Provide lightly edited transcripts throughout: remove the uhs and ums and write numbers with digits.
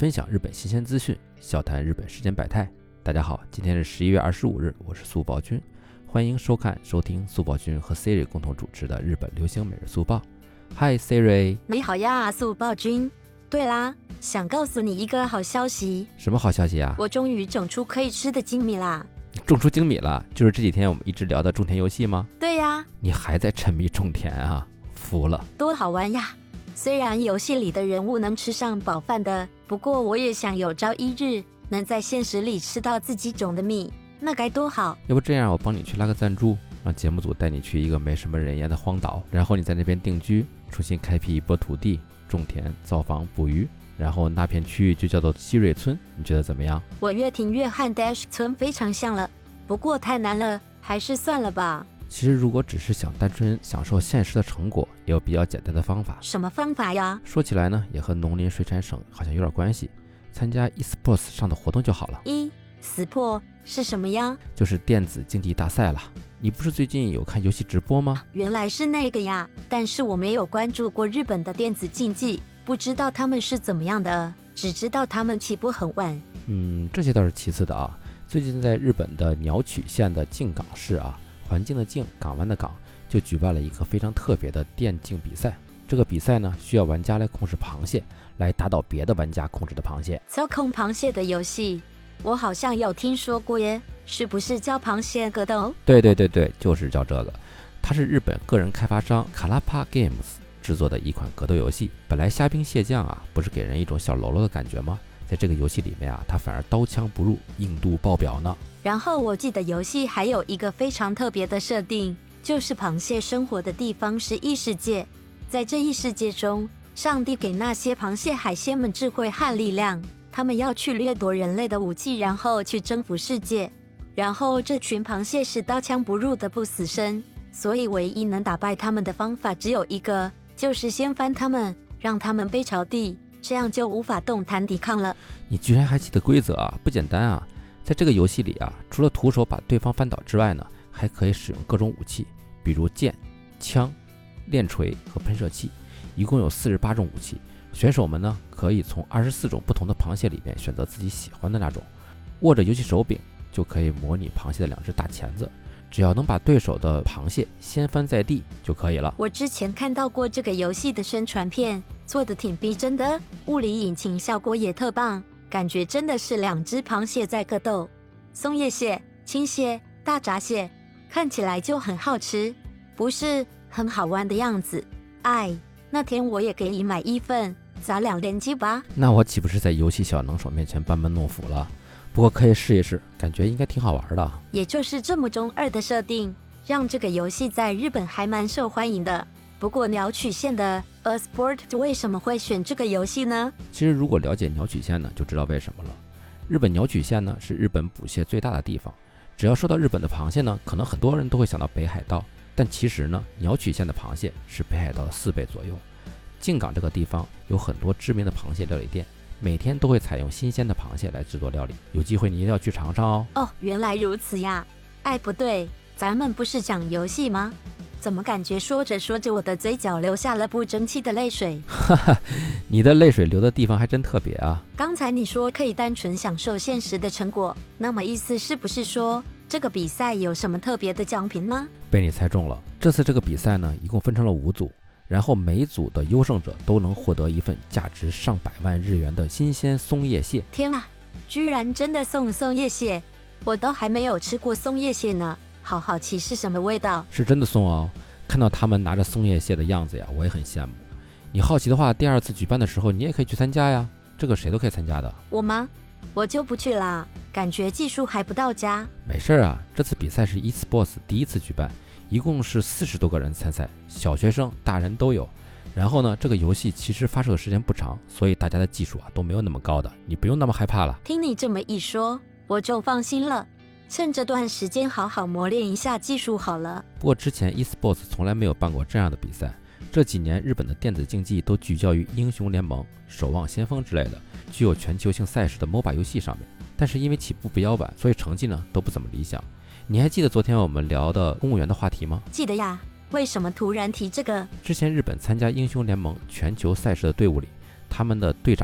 分享日本新鲜资讯，笑谈日本世间百态。大家好，今天是11月25日，我是速报君，欢迎收听速报君和 Siri 共同主持的日本流行每日速报。Hi Siri， 你好呀，速报君。对啦，想告诉你一个好消息。 什么好消息啊？ 我终于种出可以吃的精米啦！ 种出精米了，就是这几天我们一直聊的种田游戏吗？ 对呀。 你还在沉迷种田啊？服了。 多好玩呀！虽然游戏里的人物能吃上饱饭的，不过我也想有朝一日能在现实里吃到自己种的米，那该多好。 要不这样，我帮你去拉个赞助，让节目组带你去一个没什么人烟的荒岛，然后你在那边定居，重新开辟一波土地，种田、造房、捕鱼，然后那片区域就叫做西瑞村，你觉得怎么样？ 我越听越和 Dash 村非常像了，不过太难了，还是算了吧。 其实如果只是想单纯享受现实的成果，也有比较简单的方法。 什么方法呀？ 说起来呢，也和农林水产省好像有点关系，参加 eSports 上的活动就好了。 eSports 是什么呀？ 就是电子竞技大赛啦。你不是最近有看游戏直播吗？ 原来是那个呀，但是我没有关注过日本的电子竞技，不知道他们是怎么样的，只知道他们起步很晚。 这些倒是其次的啊。最近在日本的鸟取县的静冈市啊，环境的静，港湾的港，就举办了一个非常特别的电竞比赛。这个比赛呢，需要玩家来控制螃蟹，来打倒别的玩家控制的螃蟹。 操控螃蟹的游戏，我好像有听说过耶，是不是叫螃蟹格斗？ 对，就是叫这个。它是日本个人开发商卡拉帕 Games 制作的一款格斗游戏。本来虾兵蟹将啊，不是给人一种小喽啰的感觉吗？在这个游戏里面啊，它反而刀枪不入，硬度爆表呢。 然后我记得游戏还有一个非常特别的设定，就是螃蟹生活的地方是异世界。在这异世界中，上帝给那些螃蟹海鲜们智慧和力量，他们要去掠夺人类的武器，然后去征服世界。然后这群螃蟹是刀枪不入的不死身，所以唯一能打败他们的方法只有一个，就是掀翻他们，让他们背朝地，这样就无法动弹抵抗了。 你居然还记得规则啊，不简单啊。在这个游戏里啊，除了徒手把对方翻倒之外呢，还可以使用各种武器，比如剑、枪、链锤和喷射器，一共有48种武器。选手们呢，可以从24种不同的螃蟹里面选择自己喜欢的那种。握着游戏手柄就可以模拟螃蟹的2只大钳子，只要能把对手的螃蟹掀翻在地就可以了。 我之前看到过这个游戏的宣传片，做得挺逼真的，物理引擎效果也特棒，感觉真的是2只螃蟹在格斗。松叶蟹、青蟹、大闸蟹，看起来就很好吃，不是很好玩的样子。那天我也可以买1份，咱俩联机吧。 那我岂不是在游戏小能手面前班门弄斧了？不过可以试一试，感觉应该挺好玩的。 也就是这么中二的设定，让这个游戏在日本还蛮受欢迎的。不过鸟取县的 eSports 为什么会选这个游戏呢？ 其实如果了解鸟取县呢，就知道为什么了。日本鸟取县呢，是日本捕蟹最大的地方。只要说到日本的螃蟹呢，可能很多人都会想到北海道，但其实呢，鸟取县的螃蟹是北海道的4倍左右。静冈这个地方有很多知名的螃蟹料理店，每天都会采用新鲜的螃蟹来制作料理，有机会你一定要去尝尝哦。 原来如此呀。不对，咱们不是讲游戏吗？怎么感觉说着说着我的嘴角流下了不争气的泪水？ 你的泪水流的地方还真特别啊。 刚才你说可以单纯享受现实的成果，那么意思是不是说这个比赛有什么特别的奖品吗？ 被你猜中了。这次这个比赛呢，一共分成了5组，然后每组的优胜者都能获得一份价值上百万日元的新鲜松叶蟹。 天啊，居然真的送松叶蟹，我都还没有吃过松叶蟹呢，好好奇是什么味道。 是真的送哦，看到他们拿着松叶蟹的样子呀，我也很羡慕。你好奇的话，第2次举办的时候你也可以去参加呀，这个谁都可以参加的。 我吗？我就不去啦，感觉技术还不到家。 没事啊，这次比赛是 eSports 第1次举办，一共是40多个人参赛，小学生大人都有。然后呢，这个游戏其实发售的时间不长，所以大家的技术都没有那么高的，你不用那么害怕了。 听你这么一说，我就放心了，趁这段时间好好磨练一下技术好了。 不过之前 eSports 从来没有办过这样的比赛，这几年日本的电子竞技都聚焦于英雄联盟、守望先锋之类的具有全球性赛事的 MOBA 游戏上面，但是因为起步比较晚，所以成绩呢都不怎么理想。你还记得昨天我们聊的公务员的话题吗？ 记得呀。为什么突然提这个？ 之前日本参加英雄联盟全球赛事的队伍里，他们的队长呢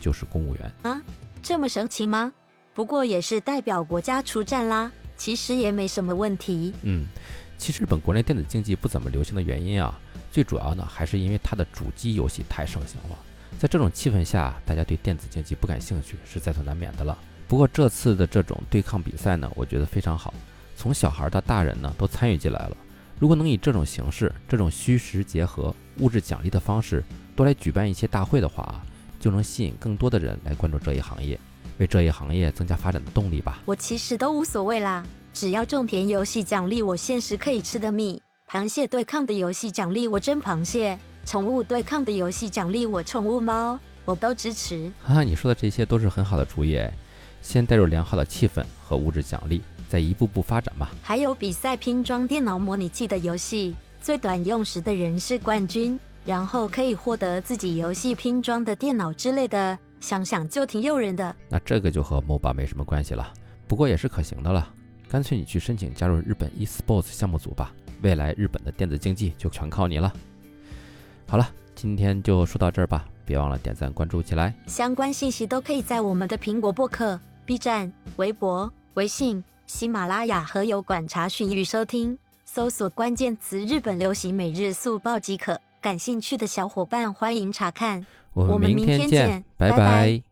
就是公务员。 啊，这么神奇吗？不过也是代表国家出战啦，其实也没什么问题。 其实日本国内电子竞技不怎么流行的原因啊，最主要呢还是因为它的主机游戏太盛行了。在这种气氛下，大家对电子竞技不感兴趣是在所难免的了。不过这次的这种对抗比赛呢，我觉得非常好，从小孩到大人呢都参与进来了。如果能以这种形式、这种虚实结合、物质奖励的方式多来举办一些大会的话，就能吸引更多的人来关注这一行业，为这一行业增加发展的动力吧。 我其实都无所谓啦，只要种田游戏奖励我现实可以吃的米，螃蟹对抗的游戏奖励我蒸螃蟹，宠物对抗的游戏奖励我宠物猫，我都支持。 你说的这些都是很好的主意，先带入良好的气氛和物质奖励，再一步步发展吧。 还有比赛拼装电脑模拟器的游戏，最短用时的人是冠军，然后可以获得自己游戏拼装的电脑之类的，想想就挺诱人的。 那这个就和 MOBA 没什么关系了，不过也是可行的了。干脆你去申请加入日本 eSports 项目组吧，未来日本的电子竞技就全靠你了。好了，今天就说到这儿吧，别忘了点赞关注起来。 相关信息都可以在我们的苹果播客、B 站、微博、微信、喜马拉雅和油管查询与收听，搜索关键词日本流行每日速报即可。感兴趣的小伙伴欢迎查看。 我们明天见，拜拜。